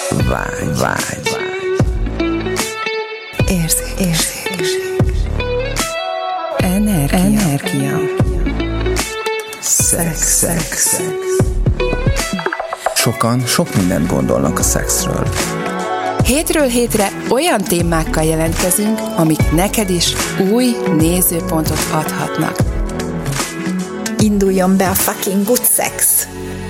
Vágy. Érzékenység. Energia. Szex. Sokan sok mindent gondolnak a szexről. Hétről hétre olyan témákkal jelentkezünk, amik neked is új nézőpontot adhatnak. Induljon be a fucking good sex!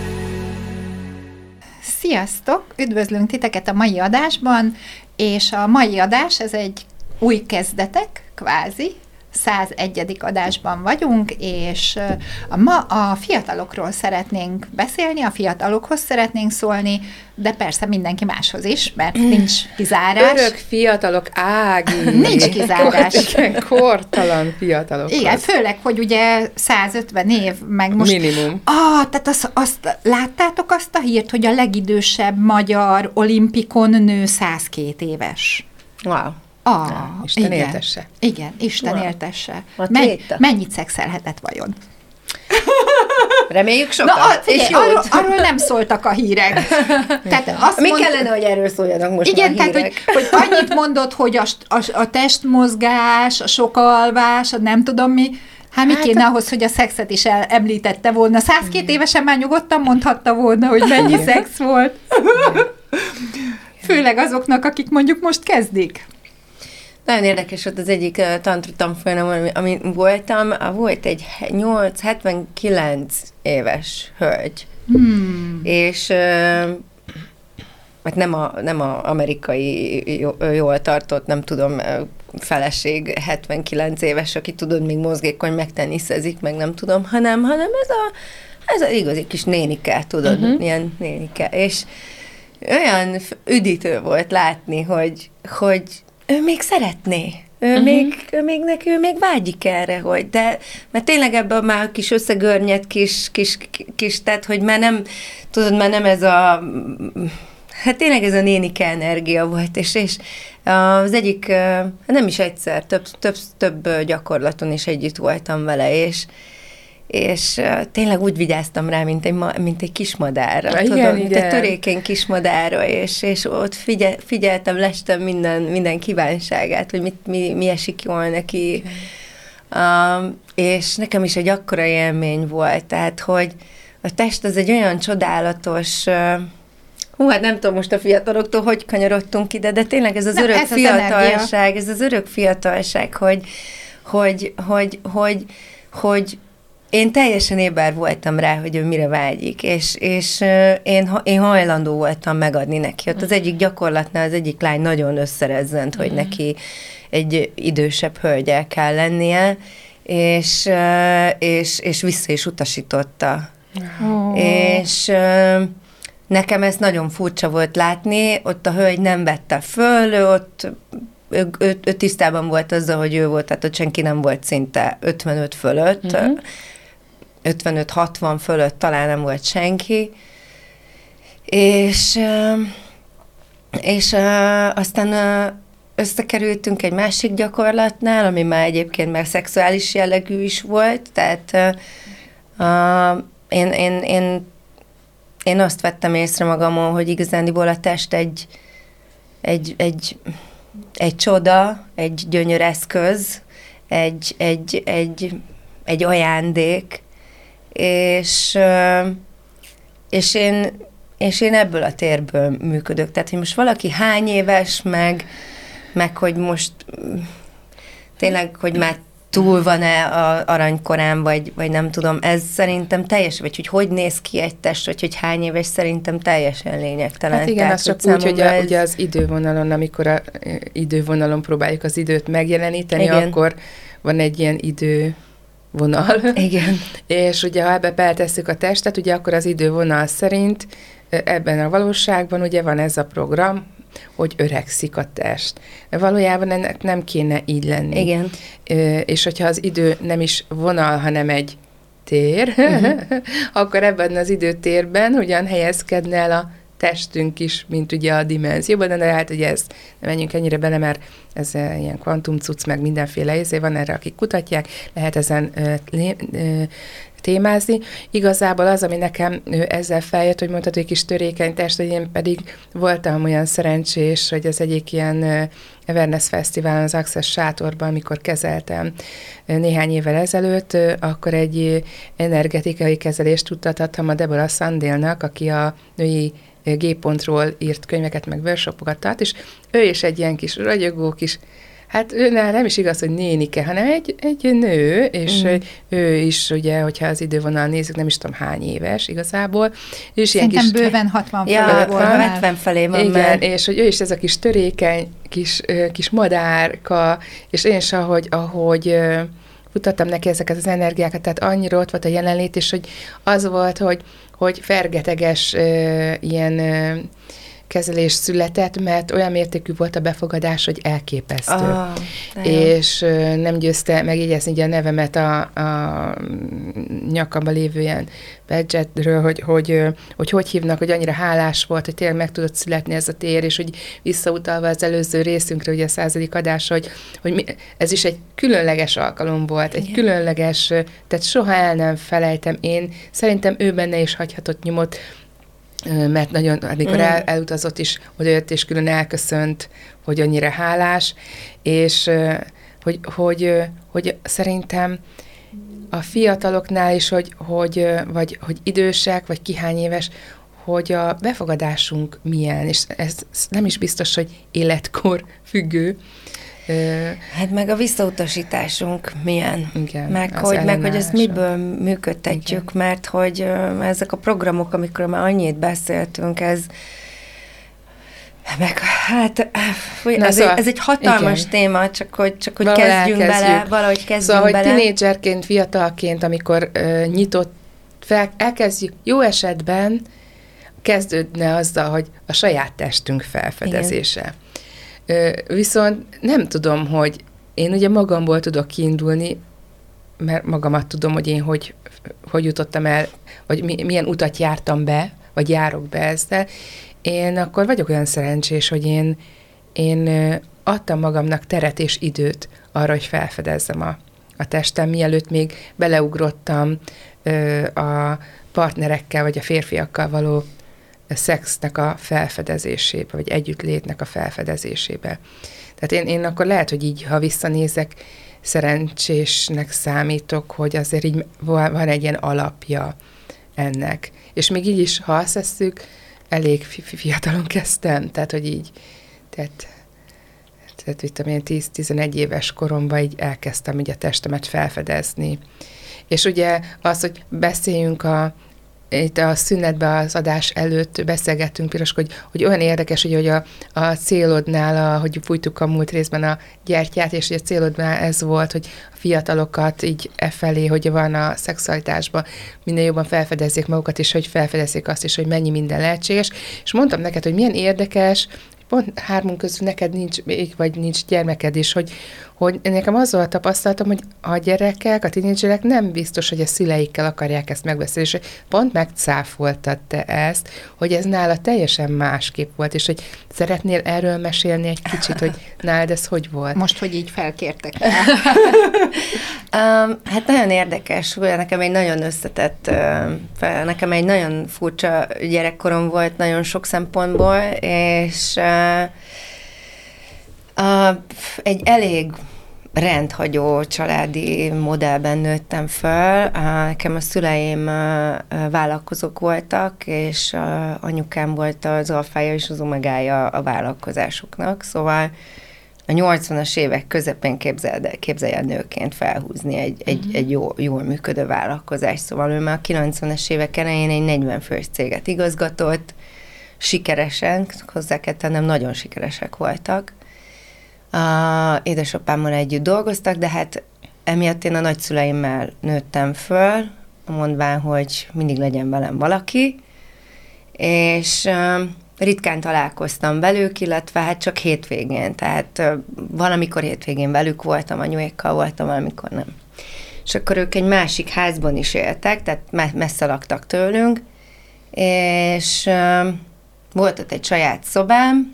Sziasztok! Üdvözlünk titeket a mai adásban, és a mai adás, ez egy új kezdetek, kvázi, 101. adásban vagyunk, és ma a fiatalokról szeretnénk beszélni, a fiatalokhoz szeretnénk szólni, de persze mindenki máshoz is, mert nincs kizárás. Örök fiatalok, Ági! Nincs kizárás. Kortalan fiatalok. Igen, főleg, hogy ugye 150 év, meg most... Minimum. Tehát azt láttátok azt a hírt, hogy a legidősebb magyar olimpikon nő 102 éves? Wow. Isten éltesse. Igen, Isten éltesse. Mennyit szexelhetett vajon? Reméljük sokat. És arról nem szóltak a hírek. Tehát kellene, hogy erről szóljanak most igen, a hírek? tehát, hogy annyit mondott, hogy a testmozgás, a sok alvás, a nem tudom mi, mi kéne ahhoz, hogy a szexet is említette volna. 102 évesen már nyugodtan mondhatta volna, hogy mennyi szex volt. Főleg azoknak, akik mondjuk most kezdik. Nagyon érdekes volt az egyik tantra tanfolyamon, amin voltam, volt egy 79 éves hölgy. És hát nem a amerikai jól tartott, nem tudom, feleség 79 éves, aki tudod, még mozgékony, megteniszezik, meg nem tudom, hanem ez az igazi kis nénike, tudod, ilyen nénike. És olyan üdítő volt látni, hogy ő még szeretné. Ő még vágyik erre, mert tényleg ebben már kis összegörnyedt kis tehát, hogy már nem ez a, hát tényleg ez a nénike energia volt, és az egyik, nem is egyszer, több gyakorlaton is együtt voltam vele, és tényleg úgy vigyáztam rá, mint egy kismadárra, mint egy törékeny kismadárra, és ott figyeltem, lestem minden kívánságát, hogy mi esik jól neki. És nekem is egy akkora élmény volt, tehát, hogy a test az egy olyan csodálatos, hát nem tudom most a fiataloktól, hogy kanyarodtunk ide, de tényleg ez az örök fiatalság, hogy én teljesen éber voltam rá, hogy ő mire vágyik, és én hajlandó voltam megadni neki. Ott az egyik gyakorlatnál az egyik lány nagyon összerezzent, hogy neki egy idősebb hölgyel kell lennie, és vissza is utasította. És nekem ez nagyon furcsa volt látni, ott a hölgy nem vette föl, ő tisztában volt azzal, hogy ő volt, tehát ott senki nem volt szinte 55 fölött, 55-60 fölött talán nem volt senki, és aztán összekerültünk egy másik gyakorlatnál, ami már egyébként már szexuális jellegű is volt, tehát én azt vettem észre magamon, hogy igazándiból a test egy csoda, egy gyönyöreszköz, egy ajándék, és én ebből a térből működök. Tehát, hogy most valaki hány éves, meg hogy most tényleg, hogy már túl van-e a aranykorán, vagy nem tudom, ez szerintem teljes, vagy hogy néz ki egy test, vagy hogy hány éves, szerintem teljesen lényegtelen. Hát igen, az csak úgy, hogy ugye az idővonalon, amikor az idővonalon próbáljuk az időt megjeleníteni, igen, akkor van egy ilyen idővonal. Igen. És ugye, ha ebbe beletesszük a testet, ugye akkor az idővonal szerint ebben a valóságban ugye van ez a program, hogy öregszik a test. De valójában ennek nem kéne így lenni. Igen. És hogyha az idő nem is vonal, hanem egy tér, akkor ebben az időtérben ugyan helyezkedne el a testünk is, mint ugye a dimenzióban, de hát ugye ez nem menjünk ennyire bele, mert ez ilyen kvantumcucc, meg mindenféle van erre, akik kutatják, lehet ezen témázni. Igazából az, ami nekem ezzel feljött, hogy mondtad, hogy kis törékeny test, hogy én pedig voltam olyan szerencsés, hogy az egyik ilyen Awareness Fesztiválon, az Access sátorban, amikor kezeltem néhány évvel ezelőtt, akkor egy energetikai kezelést tudtathattam a Deborah Sandale-nak, aki a női G-pontról írt könyveket, meg workshopokat tart, és ő is egy ilyen kis ragyogó kis, hát őnál nem is igaz, hogy nénike, hanem egy nő, és ő is, ugye, hogyha az idővonal nézzük, nem is tudom hány éves igazából. Szerintem kis, bőven 60 felé volt. 70 felé van. Igen, már. És hogy ő is ez a kis törékeny, kis madárka, és én is, ahogy mutattam neki ezeket az energiákat, tehát annyira ott volt a jelenlét, és hogy az volt, hogy fergeteges ilyen kezelés született, mert olyan mértékű volt a befogadás, hogy elképesztő. És nem győzte megjegyezni ugye a nevemet a nyakamba lévő ilyen badge-ről, hogy hívnak, hogy annyira hálás volt, hogy tényleg meg tudott születni ez a tér, és hogy visszautalva az előző részünkre, ugye a 100. adás, hogy ez is egy különleges alkalom volt, egy különleges, tehát soha el nem felejtem. Én szerintem ő benne is hagyhatott nyomot, mert nagyon, amikor elutazott is, odajött és külön elköszönt, hogy annyira hálás, és hogy szerintem a fiataloknál is, hogy idősek, vagy ki hány éves, hogy a befogadásunk milyen, és ez nem is biztos, hogy életkor függő. Hát meg a visszautasításunk milyen, igen, meg hogy ezt miből működtetjük, igen. Mert hogy ezek a programok, amikor már annyit beszéltünk, ez meg hát ez egy hatalmas téma, csak hogy kezdjünk bele, valahogy kezdjünk bele. Szóval, hogy tinédzserként, fiatalként, amikor elkezdjük, jó esetben kezdődne azzal, hogy a saját testünk felfedezése. Igen. Viszont nem tudom, hogy én ugye magamból tudok kiindulni, mert magamat tudom, hogy én hogy jutottam el, vagy milyen utat jártam be, vagy járok be ezzel. Én akkor vagyok olyan szerencsés, hogy én adtam magamnak teret és időt arra, hogy felfedezzem a testem, mielőtt még beleugrottam a partnerekkel, vagy a férfiakkal való szexnek a felfedezésébe, vagy együttlétnek a felfedezésébe. Tehát én akkor lehet, hogy így, ha visszanézek, szerencsésnek számítok, hogy azért így van egy ilyen alapja ennek. És még így is, ha azt tesszük, elég fiatalon kezdtem, tehát, hogy így, tehát én 10-11 éves koromban így elkezdtem így a testemet felfedezni. És ugye az, hogy beszéljünk itt a szünetben az adás előtt beszélgettünk, Piroska, hogy olyan érdekes, hogy a célodnál, hogy fújtuk a múlt részben a gyertyát, és hogy a célodnál ez volt, hogy a fiatalokat így felé, hogy van a szexualitásban, minél jobban felfedezzék magukat, és hogy felfedezzék azt is, hogy mennyi minden lehetséges. És mondtam neked, hogy milyen érdekes, pont hármunk közül neked nincs gyermeked is, hogy nekem az volt a tapasztalatom, hogy a gyerekek, a tínédzserek nem biztos, hogy a szüleikkel akarják ezt megbeszélni, és pont megcáfoltad te ezt, hogy ez nála teljesen másképp volt, és hogy szeretnél erről mesélni egy kicsit, hogy nálad ez hogy volt? Most, hogy így felkértek. Hát nagyon érdekes, nekem egy nagyon összetett, nekem egy nagyon furcsa gyerekkorom volt nagyon sok szempontból, és egy elég rendhagyó családi modellben nőttem föl. Nekem a szüleim vállalkozók voltak, és anyukám volt az alfája és az omegája a vállalkozásoknak, szóval a 80-as évek közepén képzelj el nőként felhúzni egy jól működő vállalkozás. Szóval ő már a 90-es évek elején egy 40 fős céget igazgatott, sikeresen, hozzá kell tennem, nagyon sikeresek voltak. Édesapámmal együtt dolgoztak, de hát emiatt én a nagyszüleimmel nőttem föl, mondván, hogy mindig legyen velem valaki, és ritkán találkoztam velük, illetve hát csak hétvégén, tehát valamikor hétvégén velük voltam, anyuékkal voltam, valamikor nem. És akkor ők egy másik házban is éltek, tehát messze laktak tőlünk, és volt ott egy saját szobám,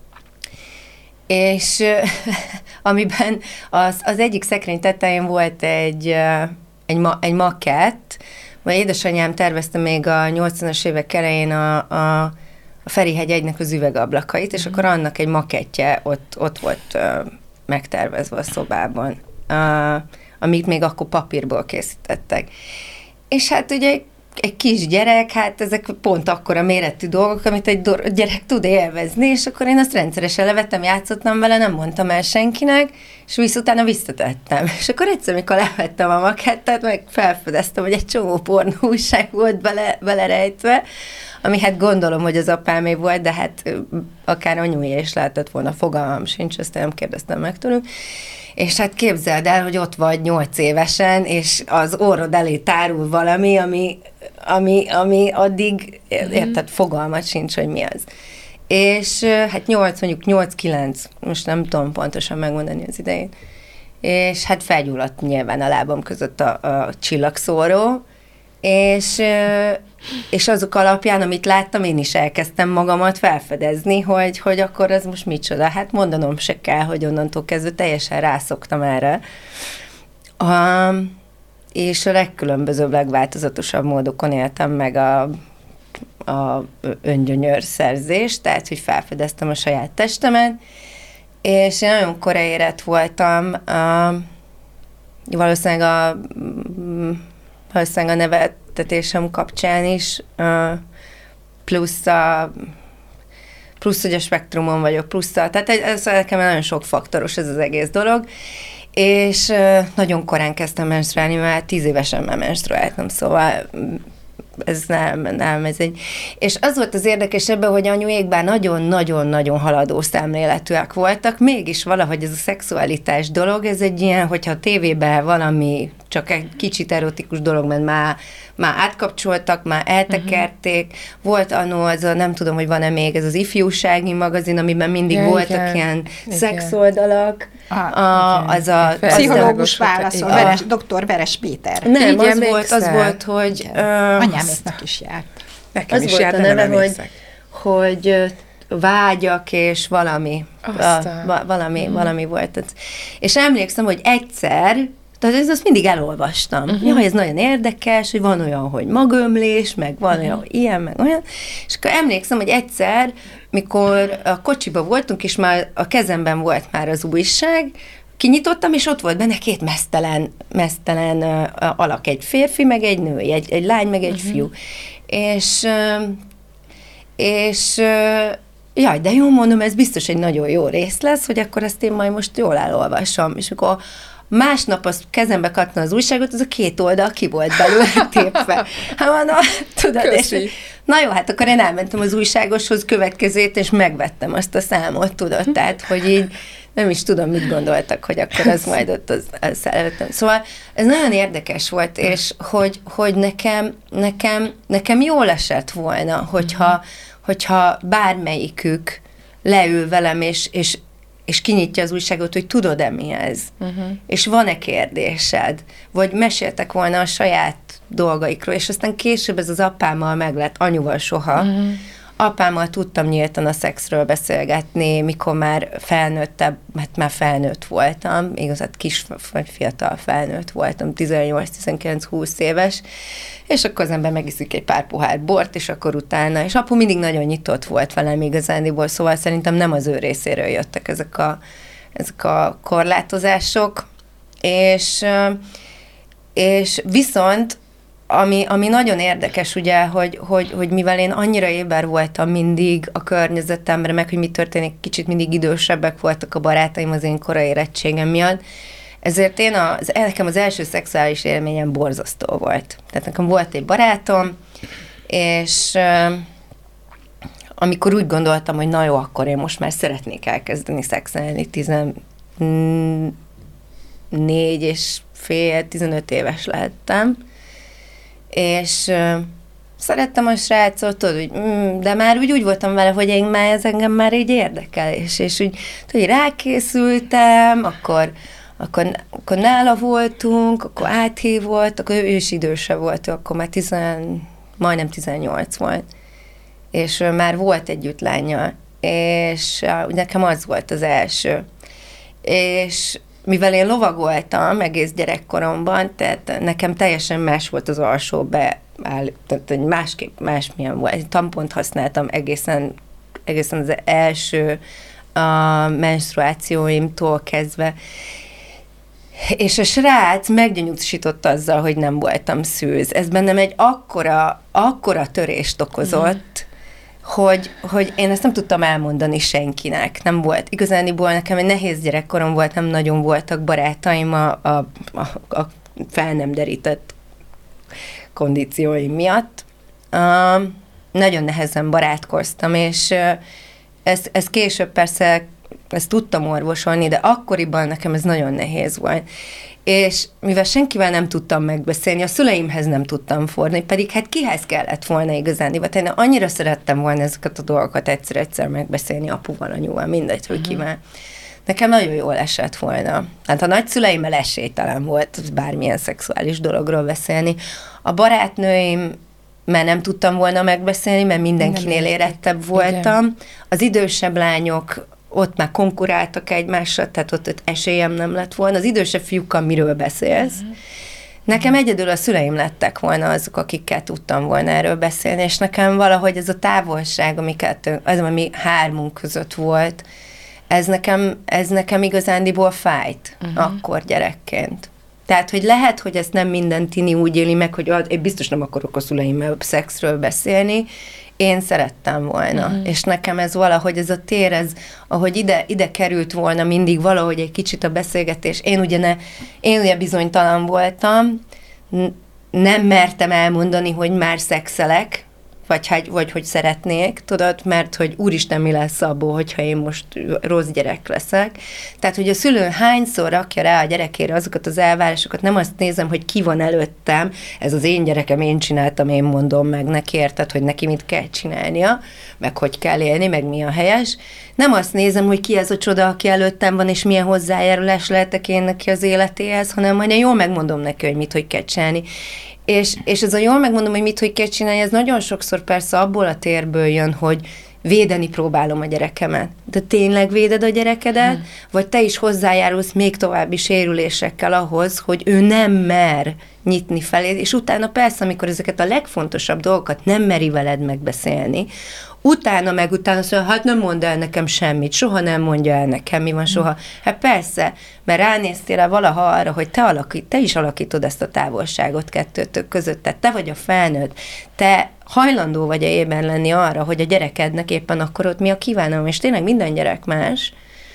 és amiben az egyik szekrény tetején volt egy makett, vagy édesanyám tervezte még a 80-as évek elején a Ferihegy 1-nek az üvegablakait, és akkor annak egy makettje ott volt megtervezve a szobában, amit még akkor papírból készítettek. És hát ugye egy kis gyerek, hát ezek pont akkora méretű dolgok, amit egy gyerek tud élvezni, és akkor én azt rendszeresen levettem, játszottam vele, nem mondtam el senkinek, és utána visszatettem. És akkor egyszer, amikor levettem a makettet, meg felfedeztem, hogy egy csomó pornóújság volt belerejtve, ami hát gondolom, hogy az apámé volt, de hát akár anyué is lehetett volna, fogalmam sincs, ezt nem kérdeztem meg tőlük. És hát képzeld el, hogy ott vagy 8 évesen, és az orrod elé tárul valami, ami addig, érted, fogalmat sincs, hogy mi az. És hát 8-9, most nem tudom pontosan megmondani az idejét, és hát felgyulladt nyilván a lábam között a csillagszóró, és azok alapján, amit láttam, én is elkezdtem magamat felfedezni, hogy akkor ez most micsoda. Hát mondanom se kell, hogy onnantól kezdve teljesen rászoktam erre. És a legkülönbözőbb, legváltozatosabb módokon éltem meg a öngyönyörszerzést, tehát, hogy felfedeztem a saját testemet, és én nagyon korai érett voltam, valószínűleg a neveltetésem kapcsán is, plusz, hogy a spektrumon vagyok, tehát ez nekem nagyon sok faktoros ez az egész dolog, és nagyon korán kezdtem menstruálni, mert 10 évesen már menstruáltam, szóval ez nem, ez egy... És az volt az érdekes ebben, hogy anyuék bár nagyon-nagyon-nagyon haladó szemléletűek voltak, mégis valahogy ez a szexualitás dolog, ez egy ilyen, hogyha a tévében valami csak egy kicsit erotikus dolog, mert már átkapcsoltak, már eltekerték, volt annó az nem tudom, hogy van-e még ez az ifjúsági magazin, amiben mindig voltak ilyen szexoldalak, az a pszichológus válaszol, dr. Veres Péter. Nem, az volt, hogy... Anyáméknak is járt. Nekem is járt, de nem emlékszek. Hogy vágyak és valami. Valami volt. És emlékszem, hogy egyszer, tehát ezt mindig elolvastam. Jaj, ez nagyon érdekes, hogy van olyan, hogy magömlés, meg van olyan, hogy ilyen, meg olyan. És akkor emlékszem, hogy egyszer, mikor a kocsiba voltunk, és már a kezemben volt már az újság, kinyitottam, és ott volt benne 2 meztelen alak, egy férfi, meg egy nő, egy lány, meg egy fiú. És jaj, de jó, mondom, ez biztos egy nagyon jó rész lesz, hogy akkor ezt én majd most jól elolvasom. És amikor másnap azt kezembe kaptam az újságot, az a 2 oldal ki volt belőle tépve. Hát mondom, tudod, és na jó, hát akkor én elmentem az újságoshoz következőt, és megvettem azt a számot, tudod, tehát, hogy így nem is tudom, mit gondoltak, hogy akkor az majd ott az szeretem. Szóval ez nagyon érdekes volt, és hogy nekem jól esett volna, hogyha bármelyikük leül velem, és kinyitja az újságot, hogy tudod-e mi ez? És van-e kérdésed? Vagy meséltek volna a saját dolgaikról, és aztán később ez az apámmal meg lett, anyuval soha. Apámmal tudtam nyíltan a szexről beszélgetni, mikor már felnőttebb, mert már felnőtt voltam, igazán kis vagy fiatal felnőtt voltam, 18-19-20 éves, és akkor az ember megiszik egy pár pohár bort, és akkor utána, és apu mindig nagyon nyitott volt velem igazándiból, szóval szerintem nem az ő részéről jöttek ezek a korlátozások, és viszont ami nagyon érdekes, ugye, hogy mivel én annyira éber voltam mindig a környezetemre, meg hogy mi történik, kicsit mindig idősebbek voltak a barátaim az én korai érettségem miatt, ezért nekem az első szexuális élményem borzasztó volt. Tehát nekem volt egy barátom, és amikor úgy gondoltam, hogy na jó, akkor én most már szeretnék elkezdeni szexelni, 14 és fél, 15 éves lehettem, és szerettem a srácot, tudod, de már úgy voltam vele, hogy ez engem már így érdekel, és úgy tudod, rákészültem, akkor nála voltunk, akkor áthív volt, akkor ő is idősebb volt, akkor már majdnem 18 volt. és már volt együtt lánya, és nekem az volt az első. És mivel én lovagoltam egész gyerekkoromban, tehát nekem teljesen más volt az alsó tehát másmilyen volt. Egy tampont használtam egészen az első a menstruációimtól kezdve. És a srác meggyönyörűsített azzal, hogy nem voltam szűz. Ez bennem egy akkora törést okozott, hogy én ezt nem tudtam elmondani senkinek. Nem volt. Igazániból nekem egy nehéz gyerekkorom volt, nem nagyon voltak barátaim a fel nem derített kondícióim miatt. Nagyon nehezen barátkoztam, és ezt később persze ezt tudtam orvosolni, de akkoriban nekem ez nagyon nehéz volt. És mivel senkivel nem tudtam megbeszélni, a szüleimhez nem tudtam fordulni, pedig hát kihez kellett volna igazán. Én annyira szerettem volna ezeket a dolgokat egyszer megbeszélni apuval, anyuval, mindegy, hogy kivel. Nekem nagyon jól esett volna. Hát a nagyszüleimmel esélytelen volt bármilyen szexuális dologról beszélni. A barátnőim mert nem tudtam volna megbeszélni, mert mindenkinél érettebb voltam. Igen. Az idősebb lányok ott már konkuráltak egymással, tehát ott esélyem nem lett volna. Az idősebb fiúkkal miről beszélsz? Nekem egyedül a szüleim lettek volna azok, akikkel tudtam volna erről beszélni, és nekem valahogy ez a távolság, ami hármunk között volt, ez nekem igazándiból fájt akkor gyerekként. Tehát, hogy lehet, hogy ezt nem minden tini úgy éli meg, hogy én biztos nem akarok a szüleimmel szexről beszélni, én szerettem volna. És nekem ez valahogy, ez a tér, ahogy ide került volna mindig valahogy egy kicsit a beszélgetés. Én ugye bizonytalan voltam, nem mertem elmondani, hogy már szexelek, vagy hogy szeretnék, tudod, mert hogy úristen, mi lesz abból, hogyha én most rossz gyerek leszek. Tehát, hogy a szülő hányszor rakja rá a gyerekére azokat az elvárásokat, nem azt nézem, hogy ki van előttem, ez az én gyerekem, én csináltam, én mondom meg neki, érted, hogy neki mit kell csinálnia, meg hogy kell élni, meg mi a helyes. Nem azt nézem, hogy ki ez a csoda, aki előttem van, és milyen hozzájárulás lehetek én neki az életéhez, hanem majd én jól megmondom neki, hogy mit, hogy kell csinálni. És ez a jól megmondom, hogy mit, hogy kell csinálni, ez nagyon sokszor persze abból a térből jön, hogy védeni próbálom a gyerekemet. De tényleg véded a gyerekedet, vagy te is hozzájárulsz még további sérülésekkel ahhoz, hogy ő nem mer nyitni felé, és utána persze, amikor ezeket a legfontosabb dolgokat nem meri veled megbeszélni, utána szóval, hát nem mondd el nekem semmit, soha nem mondja el nekem, mi van soha. Hát persze, mert ránéztél valaha arra, hogy te is alakítod ezt a távolságot kettőtök között, tehát te vagy a felnőtt, te hajlandó vagy ében lenni arra, hogy a gyerekednek éppen akkor ott mi a kívánalom, és tényleg minden gyerek más,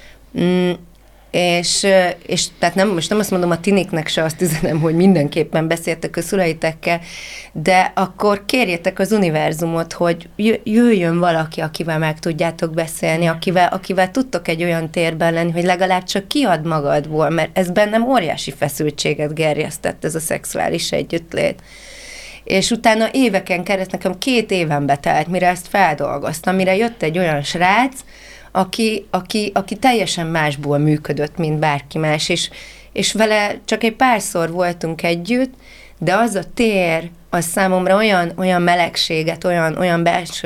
és tehát most nem azt mondom a tiniknek se azt üzenem, hogy mindenképpen beszéltek a szüleitekkel, de akkor kérjétek az univerzumot, hogy jöjjön valaki, akivel meg tudjátok beszélni, akivel tudtok egy olyan térben lenni, hogy legalább csak kiad magadból, mert ez bennem óriási feszültséget gerjesztett, ez a szexuális együttlét. És utána éveken keresztül, nekem 2 éven betelt, mire ezt feldolgoztam, mire jött egy olyan srác, aki teljesen másból működött, mint bárki más, és vele csak egy párszor voltunk együtt, de az a tér, az számomra olyan melegséget, olyan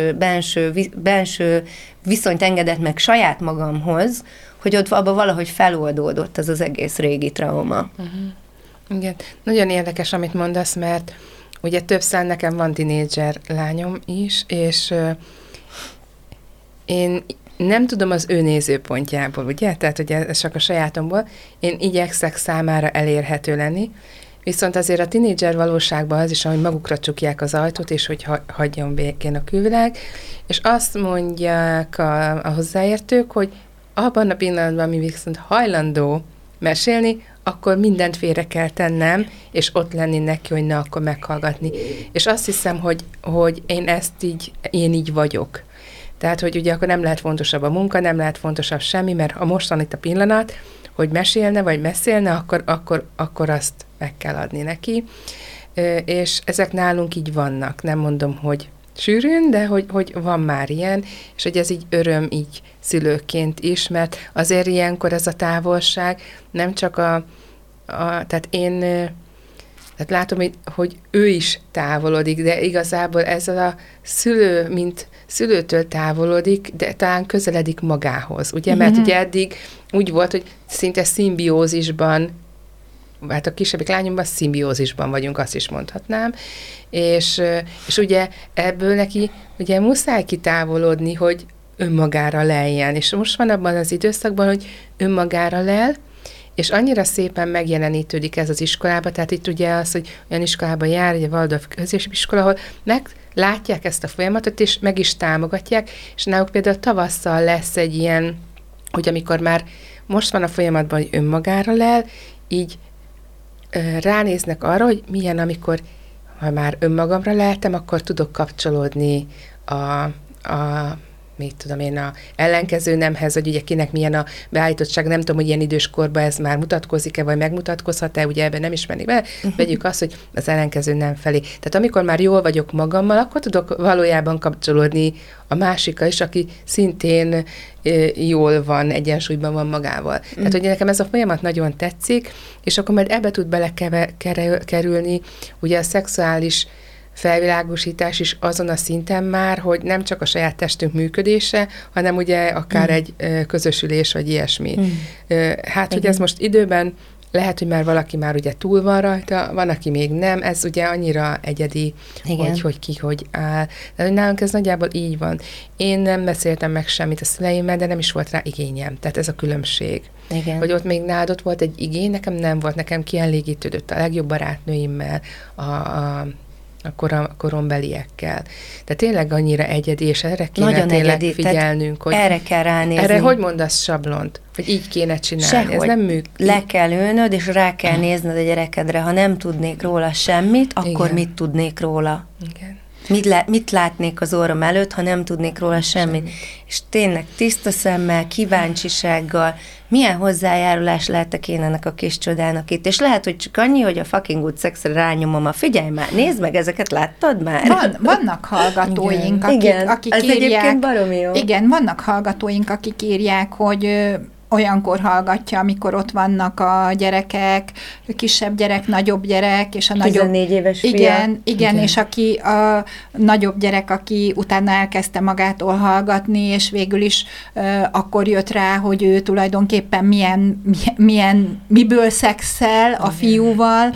belső viszonyt engedett meg saját magamhoz, hogy ott abban valahogy feloldódott az egész régi trauma. Igen, nagyon érdekes, amit mondasz, mert ugye többször nekem van tinédzser lányom is, és én nem tudom az ő nézőpontjából, ugye? Tehát ugye ez csak a sajátomból. Én igyekszek számára elérhető lenni, viszont azért a tinédzser valóságban az is, hogy magukra csukják az ajtót, és hogy hagyjon békén a külvilág, és azt mondják a hozzáértők, hogy abban a pillanatban, ami viszont hajlandó mesélni, akkor mindent félre kell tennem, és ott lenni neki, hogy akkor meghallgatni. És azt hiszem, hogy én így vagyok. Tehát, hogy ugye akkor nem lehet fontosabb a munka, nem lehet fontosabb semmi, mert ha mostan itt a pillanat, hogy mesélne, vagy beszélne, akkor azt meg kell adni neki. És ezek nálunk így vannak. Nem mondom, hogy sűrűn, de hogy van már ilyen, és hogy ez így öröm így szülőként is, mert azért ilyenkor ez a távolság nem csak tehát én Tehát látom, hogy ő is távolodik, de igazából ez a szülő, mint szülőtől távolodik, de talán közeledik magához, ugye? Mert ugye eddig úgy volt, hogy szinte szimbiózisban, hát a kisebbik lányomban szimbiózisban vagyunk, azt is mondhatnám, és ugye ebből neki ugye muszáj kitávolodni, hogy önmagára leljen, és most van abban az időszakban, hogy önmagára lel, és annyira szépen megjelenítődik ez az iskolában, tehát itt ugye az, hogy olyan iskolában jár, ugye Waldorf középiskola, ahol meglátják ezt a folyamatot, és meg is támogatják, és náluk például tavasszal lesz egy ilyen, hogy amikor már most van a folyamatban, hogy önmagára lel, így ránéznek arra, hogy milyen, amikor, ha már önmagamra leltem, akkor tudok kapcsolódni mit tudom én, a ellenkező nemhez, hogy ugye kinek milyen a beállítottság, nem tudom, hogy ilyen időskorban ez már mutatkozik-e, vagy megmutatkozhat-e, ugye ebben nem is mennék bele, vegyük azt, hogy az ellenkező nem felé. Tehát amikor már jól vagyok magammal, akkor tudok valójában kapcsolódni a másikkal is, aki szintén jól van, egyensúlyban van magával. Tehát, hogy nekem ez a folyamat nagyon tetszik, és akkor majd ebbe tud belekerülni ugye a szexuális felvilágosítás is azon a szinten már, hogy nem csak a saját testünk működése, hanem ugye akár egy közösülés, vagy ilyesmi. Hát, hogy ez most időben lehet, hogy már valaki már ugye túl van rajta, van, aki még nem, ez ugye annyira egyedi, hogy ki hogy áll. De nálunk ez nagyjából így van. Én nem beszéltem meg semmit a szüleimmel, de nem is volt rá igényem. Tehát ez a különbség. Igen. Hogy ott még nálad ott volt egy igény, nekem nem volt, nekem kielégítődött a legjobb barátnőimmel, a korombeliekkel. De tényleg annyira egyedi, és erre kéne nagyon tényleg egyedi, figyelnünk, hogy erre kell ránézni. Erre hogy mondasz sablont? Hogy így kéne csinálni? Sehogy. Ez nem működik. Le kell ülnöd, és rá kell nézned a gyerekedre. Ha nem tudnék róla semmit, akkor igen. Mit tudnék róla? Igen. Mit látnék az orrom előtt, ha nem tudnék róla semmit? És tényleg tiszta szemmel, kíváncsisággal, milyen hozzájárulás lehetek én ennek a kis csodának itt. És lehet, hogy csak annyi, hogy a fucking good sexre rányomom figyelj már, nézd meg, ezeket láttad már? Vannak hallgatóink, akik ez írják. Egyébként baromi jó. Igen, vannak hallgatóink, akik írják, hogy olyankor hallgatja, amikor ott vannak a gyerekek, kisebb gyerek, nagyobb gyerek, és a 14 éves fia. Igen, és aki a nagyobb gyerek, aki utána elkezdte magától hallgatni, és végül is akkor jött rá, hogy ő tulajdonképpen miből szexel a fiúval,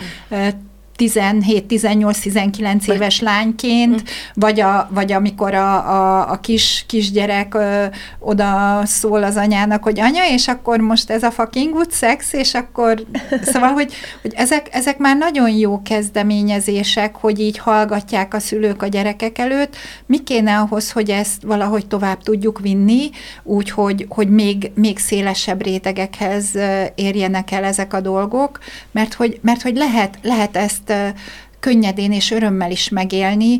17-18-19 éves lányként, vagy amikor a kisgyerek oda szól az anyának, hogy anya, és akkor most ez a fucking good sex, és akkor szóval, hogy ezek már nagyon jó kezdeményezések, hogy így hallgatják a szülők a gyerekek előtt. Mi kéne ahhoz, hogy ezt valahogy tovább tudjuk vinni, úgyhogy még szélesebb rétegekhez érjenek el ezek a dolgok, mert hogy lehet ezt könnyedén és örömmel is megélni.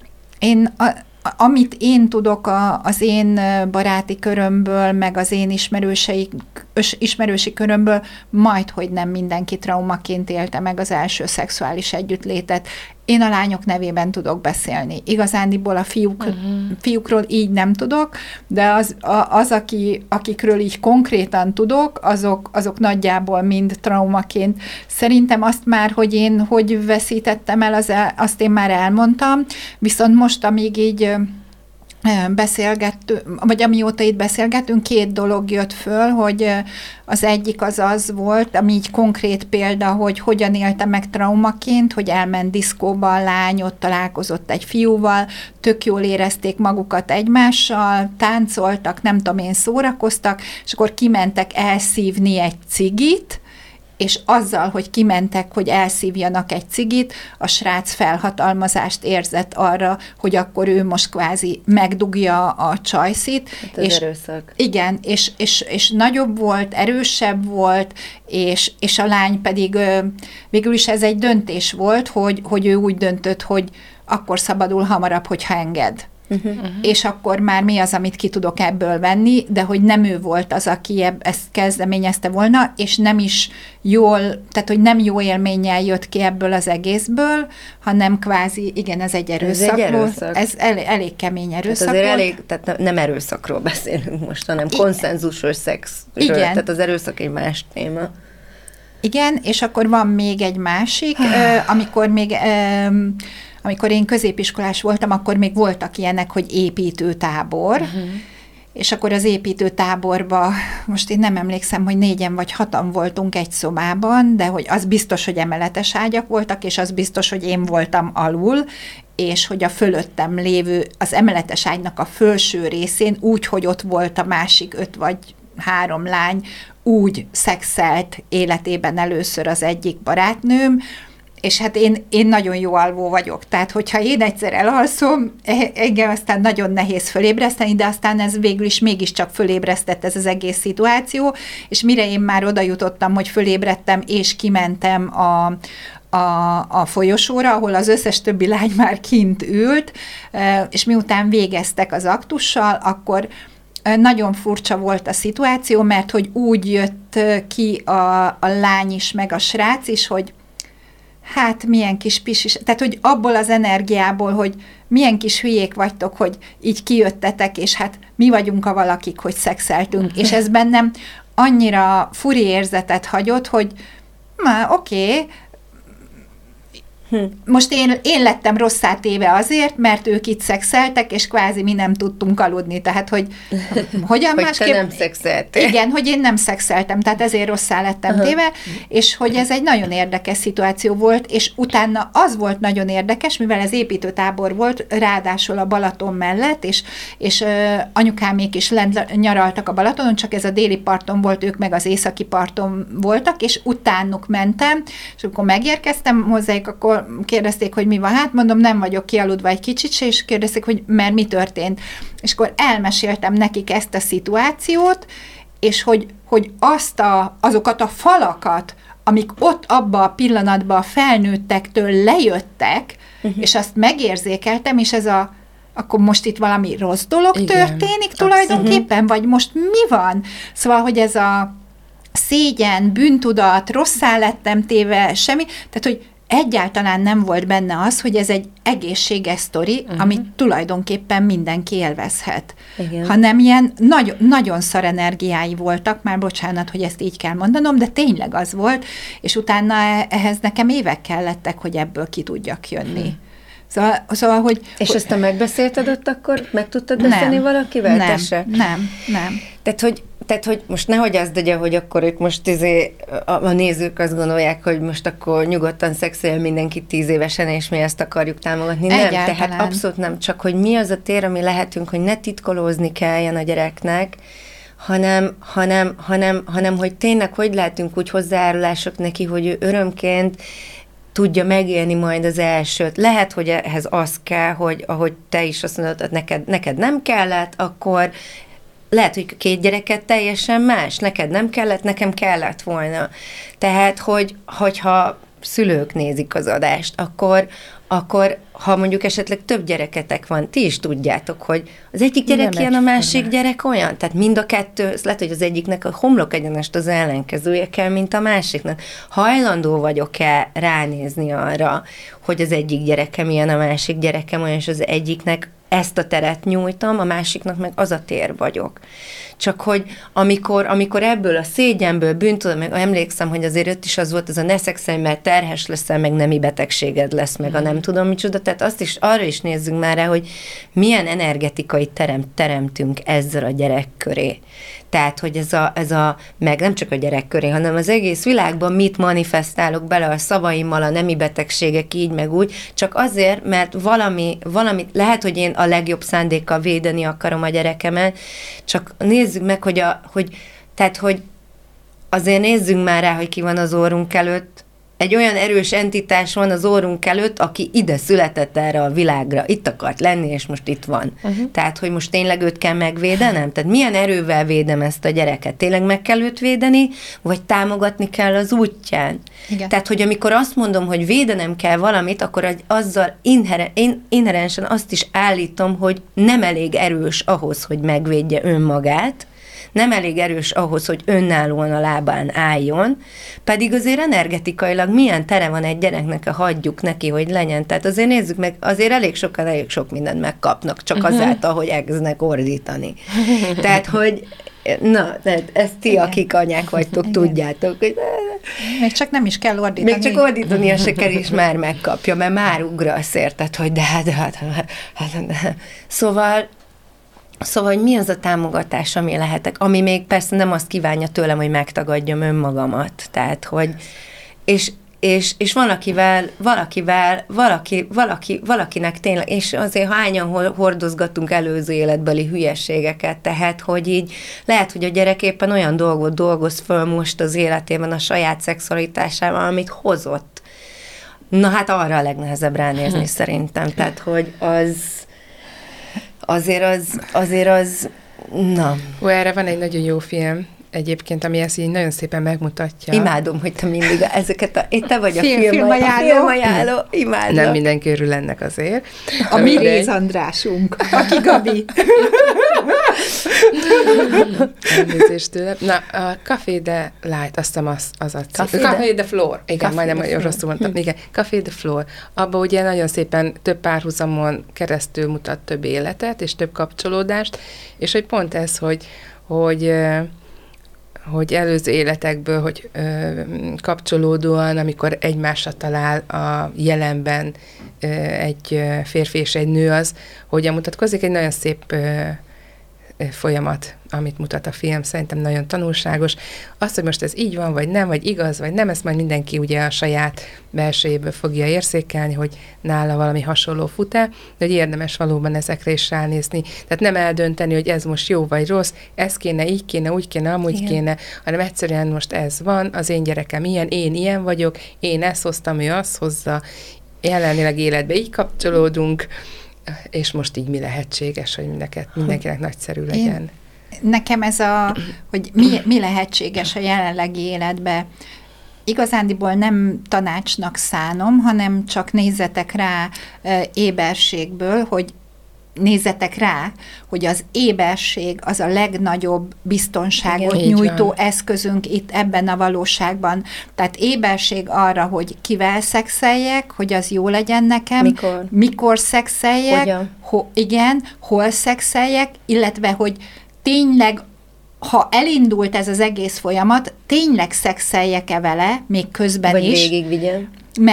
Amit én tudok az én baráti körömből, meg az én ismerősi körömből, majdhogy nem mindenki traumaként élte meg az első szexuális együttlétet. Én a lányok nevében tudok beszélni. Igazándiból a fiúkról így nem tudok, de akikről így konkrétan tudok, azok nagyjából mind traumaként. Szerintem azt már, hogy én hogy veszítettem el, azt én már elmondtam, viszont most, amíg így beszélgettünk, vagy amióta itt beszélgetünk, 2 dolog jött föl, hogy az egyik az volt, ami így konkrét példa, hogy hogyan élte meg traumaként, hogy elment diszkóba a lány, ott találkozott egy fiúval, tök jól érezték magukat egymással, táncoltak, nem tudom én, szórakoztak, és akkor kimentek elszívni egy cigit, és azzal, hogy kimentek, hogy elszívjanak egy cigit, a srác felhatalmazást érzett arra, hogy akkor ő most kvázi megdugja a csajszit. Hát és erőszak. Igen, és nagyobb volt, erősebb volt, és a lány pedig végül is ez egy döntés volt, hogy ő úgy döntött, hogy akkor szabadul hamarabb, hogyha enged. És akkor már mi az, amit ki tudok ebből venni, de hogy nem ő volt az, aki ezt kezdeményezte volna, és nem is jól, tehát hogy nem jó élménnyel jött ki ebből az egészből, hanem kvázi, igen, ez egy erőszak volt. Ez elég kemény erőszak tehát volt. Tehát nem erőszakról beszélünk most, hanem konszenzusos szexről. Igen. Tehát az erőszak egy más téma. Igen, és akkor van még egy másik, amikor én középiskolás voltam, akkor még voltak ilyenek, hogy építőtábor, és akkor az építőtáborba, most én nem emlékszem, hogy 4-en vagy 6-an voltunk egy szobában, de hogy az biztos, hogy emeletes ágyak voltak, és az biztos, hogy én voltam alul, és hogy a fölöttem lévő, az emeletes ágynak a felső részén, úgy, hogy ott volt a másik 5 vagy 3 lány, úgy szexelt életében először az egyik barátnőm, és hát én nagyon jó alvó vagyok, tehát hogyha én egyszer elalszom, engem aztán nagyon nehéz fölébreszteni, de aztán ez végül is mégiscsak fölébresztett ez az egész szituáció, és mire én már oda jutottam, hogy fölébredtem, és kimentem a folyosóra, ahol az összes többi lány már kint ült, és miután végeztek az aktussal, akkor nagyon furcsa volt a szituáció, mert hogy úgy jött ki a lány is, meg a srác is, hogy hát milyen kis pisis, tehát hogy abból az energiából, hogy milyen kis hülyék vagytok, hogy így kijöttetek, és hát mi vagyunk a valakik, hogy szexeltünk, és ez bennem annyira furi érzetet hagyott, hogy oké, most én lettem rosszá téve azért, mert ők itt szexeltek, és kvázi mi nem tudtunk aludni, tehát hogy hogyan hogy másképp... te nem szexeltél. Igen, hogy én nem szexeltem, tehát ezért rosszá lettem téve, és hogy ez egy nagyon érdekes szituáció volt, és utána az volt nagyon érdekes, mivel ez építőtábor volt, ráadásul a Balaton mellett, és anyukámék is lent nyaraltak a Balatonon, csak ez a déli parton volt, ők meg az északi parton voltak, és utánuk mentem, és amikor megérkeztem hozzájuk, akkor kérdezték, hogy mi van, hát mondom, nem vagyok kialudva egy kicsit se, és kérdezték, hogy mert mi történt. És akkor elmeséltem nekik ezt a szituációt, és hogy azokat a falakat, amik ott abba a pillanatban a felnőttektől lejöttek, és azt megérzékeltem, és ez akkor most itt valami rossz dolog történik tulajdonképpen, vagy most mi van? Szóval, hogy ez a szégyen, bűntudat, rosszá lettem téve, semmi, tehát, hogy egyáltalán nem volt benne az, hogy ez egy egészséges sztori, amit tulajdonképpen mindenki élvezhet. Igen. Hanem ilyen nagyon szar energiái voltak, már bocsánat, hogy ezt így kell mondanom, de tényleg az volt, és utána ehhez nekem évek kellettek, hogy ebből ki tudjak jönni. Szóval, hogy... És ezt te megbeszélted ott akkor? Meg tudtad beszélni valakivel? Nem. Tehát, hogy most nehogy azt legyen, hogy akkor ők most a nézők azt gondolják, hogy most akkor nyugodtan szexel mindenki 10 évesen, és mi ezt akarjuk támogatni. Nem, tehát abszolút nem. Csak, hogy mi az a tér, ami lehetünk, hogy ne titkolózni kelljen a gyereknek, hanem hogy tényleg hogy lehetünk úgy hozzájárulások neki, hogy ő örömként tudja megélni majd az elsőt. Lehet, hogy ehhez az kell, hogy ahogy te is azt mondod, neked nem kellett, akkor lehet, hogy 2 gyereket teljesen más. Neked nem kellett, nekem kellett volna. Tehát, hogyha szülők nézik az adást, akkor ha mondjuk esetleg több gyereketek van, ti is tudjátok, hogy az egyik gyerek nem ilyen, a másik gyerek olyan. Tehát mind a kettő, lehet, hogy az egyiknek a homlok egyenest az ellenkezője kell, mint a másiknak. Hajlandó vagyok-e ránézni arra, hogy az egyik gyerekem ilyen, a másik gyerekem olyan, és az egyiknek ezt a teret nyújtam, a másiknak meg az a tér vagyok. Csak hogy amikor ebből a szégyenből bűntudat, meg emlékszem, hogy azért ott is az volt, az a ne szexelj, mert terhes leszel, meg nemi betegséged lesz, meg a nem tudom micsoda, tehát arra is nézzünk már rá, hogy milyen energetikai teremtünk ezzel a gyerek köré. Tehát, hogy ez a meg nem csak a gyerek köré, hanem az egész világban mit manifestálok bele a szavaimmal, a nemi betegségek így, meg úgy, csak azért, mert valami lehet, hogy én a legjobb szándékkal védeni akarom a gyerekemet, csak nézzük meg, hogy azért nézzünk már rá, hogy ki van az orrunk előtt. Egy olyan erős entitás van az orrunk előtt, aki ide született erre a világra, itt akart lenni, és most itt van. Tehát, hogy most tényleg őt kell megvédenem? Tehát milyen erővel védem ezt a gyereket? Tényleg meg kell őt védeni, vagy támogatni kell az útján? Igen. Tehát, hogy amikor azt mondom, hogy védenem kell valamit, akkor azzal inherensen azt is állítom, hogy nem elég erős ahhoz, hogy megvédje önmagát, nem elég erős ahhoz, hogy önállóan a lábán álljon, pedig azért energetikailag milyen tere van egy gyereknek, ha hagyjuk neki, hogy legyen. Tehát azért nézzük meg, azért elég sok mindent megkapnak, csak azáltal, hogy elkezdenek ordítani. Tehát, hogy Na, ezt ti, igen, akik anyák vagytok, igen, tudjátok, hogy... Még csak nem is kell ordítani. Még csak ordítania se kell, és már megkapja, mert már ugrasz, érted, hogy Szóval, hogy mi az a támogatás, ami lehetek, ami még persze nem azt kívánja tőlem, hogy megtagadjam önmagamat. Tehát, hogy... És valakinek tényleg, és azért hányan hordozgatunk előző életbeli hülyeségeket, tehát, hogy így lehet, hogy a gyerek éppen olyan dolgot dolgoz föl most az életében a saját szexualitásával, amit hozott. Na hát arra a legnehezebb ránézni szerintem, tehát, hogy azért az, na. Erre van egy nagyon jó film, egyébként, ami ezt így nagyon szépen megmutatja. Imádom, hogy te mindig ezeket te vagy a filmajánló. Imádom. Nem mindenki örül ennek azért. A mi Réz Andrásunk, aki Gabi. Elnézést tőle. Na, a Café de Light, azt hiszem az a cím. Café de Flor. Igen, majdnem rosszul mondtam. Igen, Café de Flor. Abban ugye nagyon szépen több párhuzamon keresztül mutat több életet, és több kapcsolódást, és hogy pont ez, hogy előző életekből, hogy kapcsolódóan, amikor egymásra talál a jelenben egy férfi és egy nő, az hogyan mutatkozik, egy nagyon szép folyamat, amit mutat a film, szerintem nagyon tanulságos. Az, hogy most ez így van, vagy nem, vagy igaz, vagy nem, ezt majd mindenki ugye a saját belsejéből fogja érzékelni, hogy nála valami hasonló fut-e, de hogy érdemes valóban ezekre is ránézni. Tehát nem eldönteni, hogy ez most jó vagy rossz, ez kéne, így kéne, úgy kéne, amúgy igen, kéne, hanem egyszerűen most ez van, az én gyerekem ilyen, én ilyen vagyok, én ezt hoztam, ő azt hozza, jelenleg életbe így kapcsolódunk, és most így mi lehetséges, hogy mindenkinek nagyszerű legyen. Nekem ez hogy mi lehetséges a jelenlegi életbe, igazándiból nem tanácsnak szánom, hanem csak nézzetek rá éberségből, hogy nézzetek rá, hogy az éberség az a legnagyobb biztonságot igen, nyújtó eszközünk itt ebben a valóságban. Tehát éberség arra, hogy kivel szexeljek, hogy az jó legyen nekem, mikor szexeljek, hol szexeljek, illetve, hogy tényleg, ha elindult ez az egész folyamat, tényleg szexeljek-e vele, még közben vagy is. Vagy végigvigyem.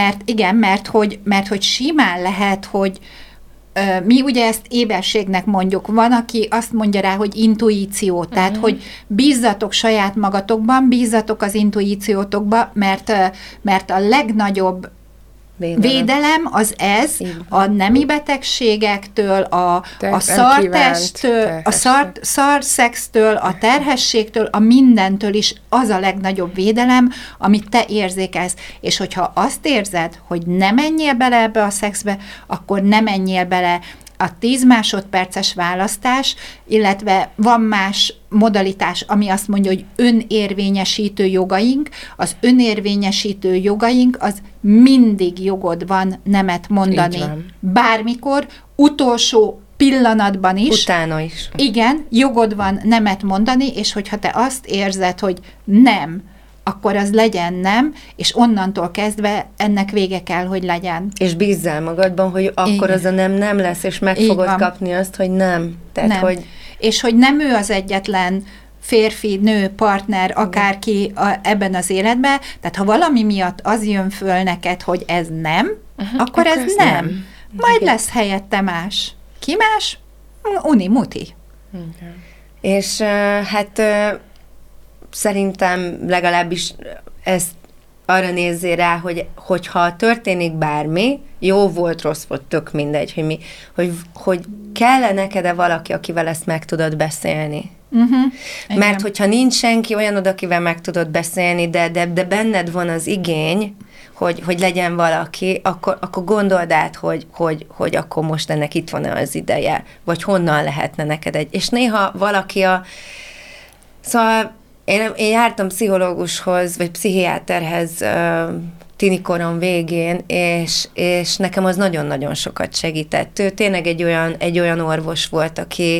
Mert hogy simán lehet, hogy mi ugye ezt éberségnek mondjuk, van, aki azt mondja rá, hogy intuíció, tehát, hogy bízzatok saját magatokban, bízzatok az intuíciótokba, mert a legnagyobb védelem az ez, a nemi betegségektől, a szartesttől, a szarszextől, a terhességtől, a mindentől is az a legnagyobb védelem, amit te érzékelsz. És hogyha azt érzed, hogy ne menjél bele ebbe a szexbe, akkor ne menjél bele. A 10 másodperces választás, illetve van más modalitás, ami azt mondja, hogy önérvényesítő jogaink. Az önérvényesítő jogaink, az mindig jogod van nemet mondani. Bármikor, utolsó pillanatban is. Utána is. Igen, jogod van nemet mondani, és hogyha te azt érzed, hogy nem, akkor az legyen nem, és onnantól kezdve ennek vége kell, hogy legyen. És bízzál magadban, hogy akkor igen, az a nem lesz, és meg fogod kapni azt, hogy nem. Tehát, nem. Hogy... És hogy nem ő az egyetlen férfi, nő, partner, akárki ebben az életben, tehát ha valami miatt az jön föl neked, hogy ez nem, akkor ez nem. Majd igen, lesz helyette más. Ki más? Uni-muti. Okay. És hát... szerintem legalábbis ezt arra nézzél rá, hogyha történik bármi, jó volt, rossz volt, tök mindegy, hogy kell-e neked valaki, akivel ezt meg tudod beszélni. Mert hogyha nincs senki olyanod, akivel meg tudod beszélni, de benned van az igény, hogy legyen valaki, akkor gondold át, hogy akkor most ennek itt van-e az ideje, vagy honnan lehetne neked és néha valaki Szóval én jártam pszichológushoz, vagy pszichiáterhez tinikorom végén, és nekem az nagyon-nagyon sokat segített. Ő tényleg egy olyan orvos volt,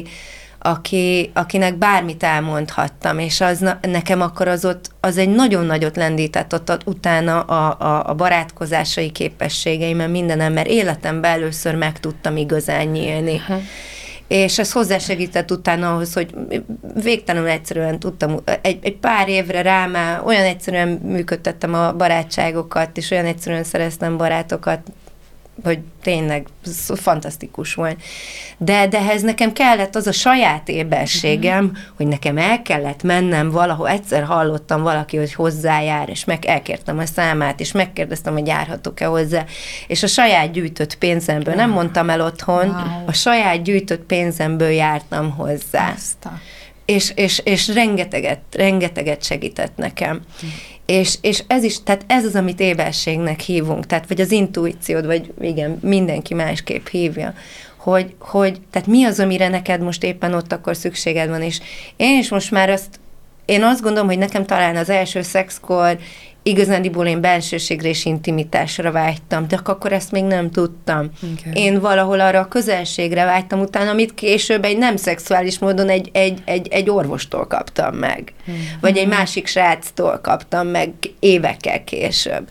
akinek bármit elmondhattam, és az nekem akkor az egy nagyon nagyot lendített ott utána a barátkozásai képességeimen, mindenem, mert életemben először meg tudtam igazán nyílni. és ez hozzásegített utána ahhoz, hogy végtelenül egyszerűen tudtam, egy pár évre rá már olyan egyszerűen működtettem a barátságokat, és olyan egyszerűen szereztem barátokat, hogy tényleg fantasztikus volt. De ehhez nekem kellett az a saját éberségem, hogy nekem el kellett mennem valahol, egyszer hallottam valaki, hogy hozzájár, és elkértem a számát, és megkérdeztem, hogy járhatok-e hozzá, és a saját gyűjtött pénzemből, nem mondtam el otthon, a saját gyűjtött pénzemből jártam hozzá. És rengeteget segített nekem. És ez is, tehát ez az, amit éberségnek hívunk, tehát vagy az intuíciód, vagy igen, mindenki másképp hívja, hogy tehát mi az, amire neked most éppen ott akkor szükséged van, és én is most már én azt gondolom, hogy nekem talán az első szexkor igazándiból én bensőségre és intimitásra vágytam, de akkor ezt még nem tudtam. Okay. Én valahol arra a közelségre vágytam utána, amit később egy nem szexuális módon egy orvostól kaptam meg. Vagy egy másik sráctól kaptam meg évekkel később.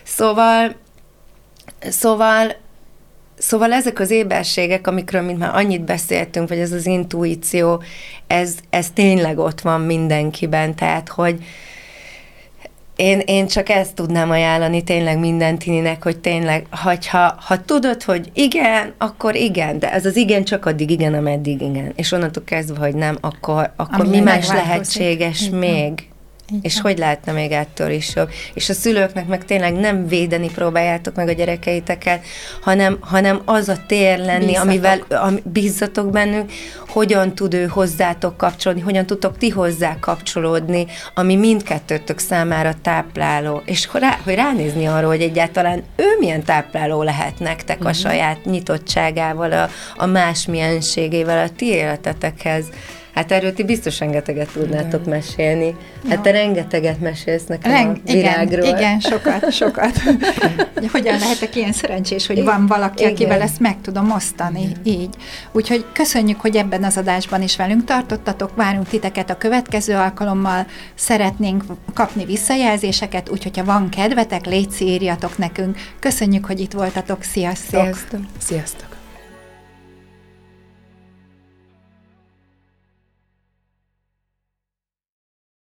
Szóval ezek az éberségek, amikről mint már annyit beszéltünk, vagy ez az intuíció, ez tényleg ott van mindenkiben, tehát, hogy én csak ezt tudnám ajánlani tényleg minden tininek, hogy tényleg, ha tudod, hogy igen, akkor igen, de ez az igen csak addig igen, ameddig igen. És onnantól kezdve, hogy nem, akkor mi más lehetséges még? És hogy lehetne még ettől is jobb? És a szülőknek meg tényleg nem védeni próbáljátok meg a gyerekeiteket, hanem az a tér lenni, amivel bízzatok bennünk, hogyan tud ő hozzátok kapcsolódni, hogyan tudtok ti hozzá kapcsolódni, ami mindkettőtök számára tápláló. És hogy ránézni arra, hogy egyáltalán ő milyen tápláló lehet nektek a saját nyitottságával, a másmilyenségével, a ti életetekhez. Hát erről ti biztos rengeteget tudnátok mesélni. Hát te rengeteget mesélsz nekem a világról. Igen, sokat. Hogyan lehetek ilyen szerencsés, hogy van valaki, akivel ezt meg tudom osztani, így. Úgyhogy köszönjük, hogy ebben az adásban is velünk tartottatok, várunk titeket a következő alkalommal, szeretnénk kapni visszajelzéseket, úgyhogy ha van kedvetek, légy írjatok nekünk. Köszönjük, hogy itt voltatok, sziasztok! Sziasztok!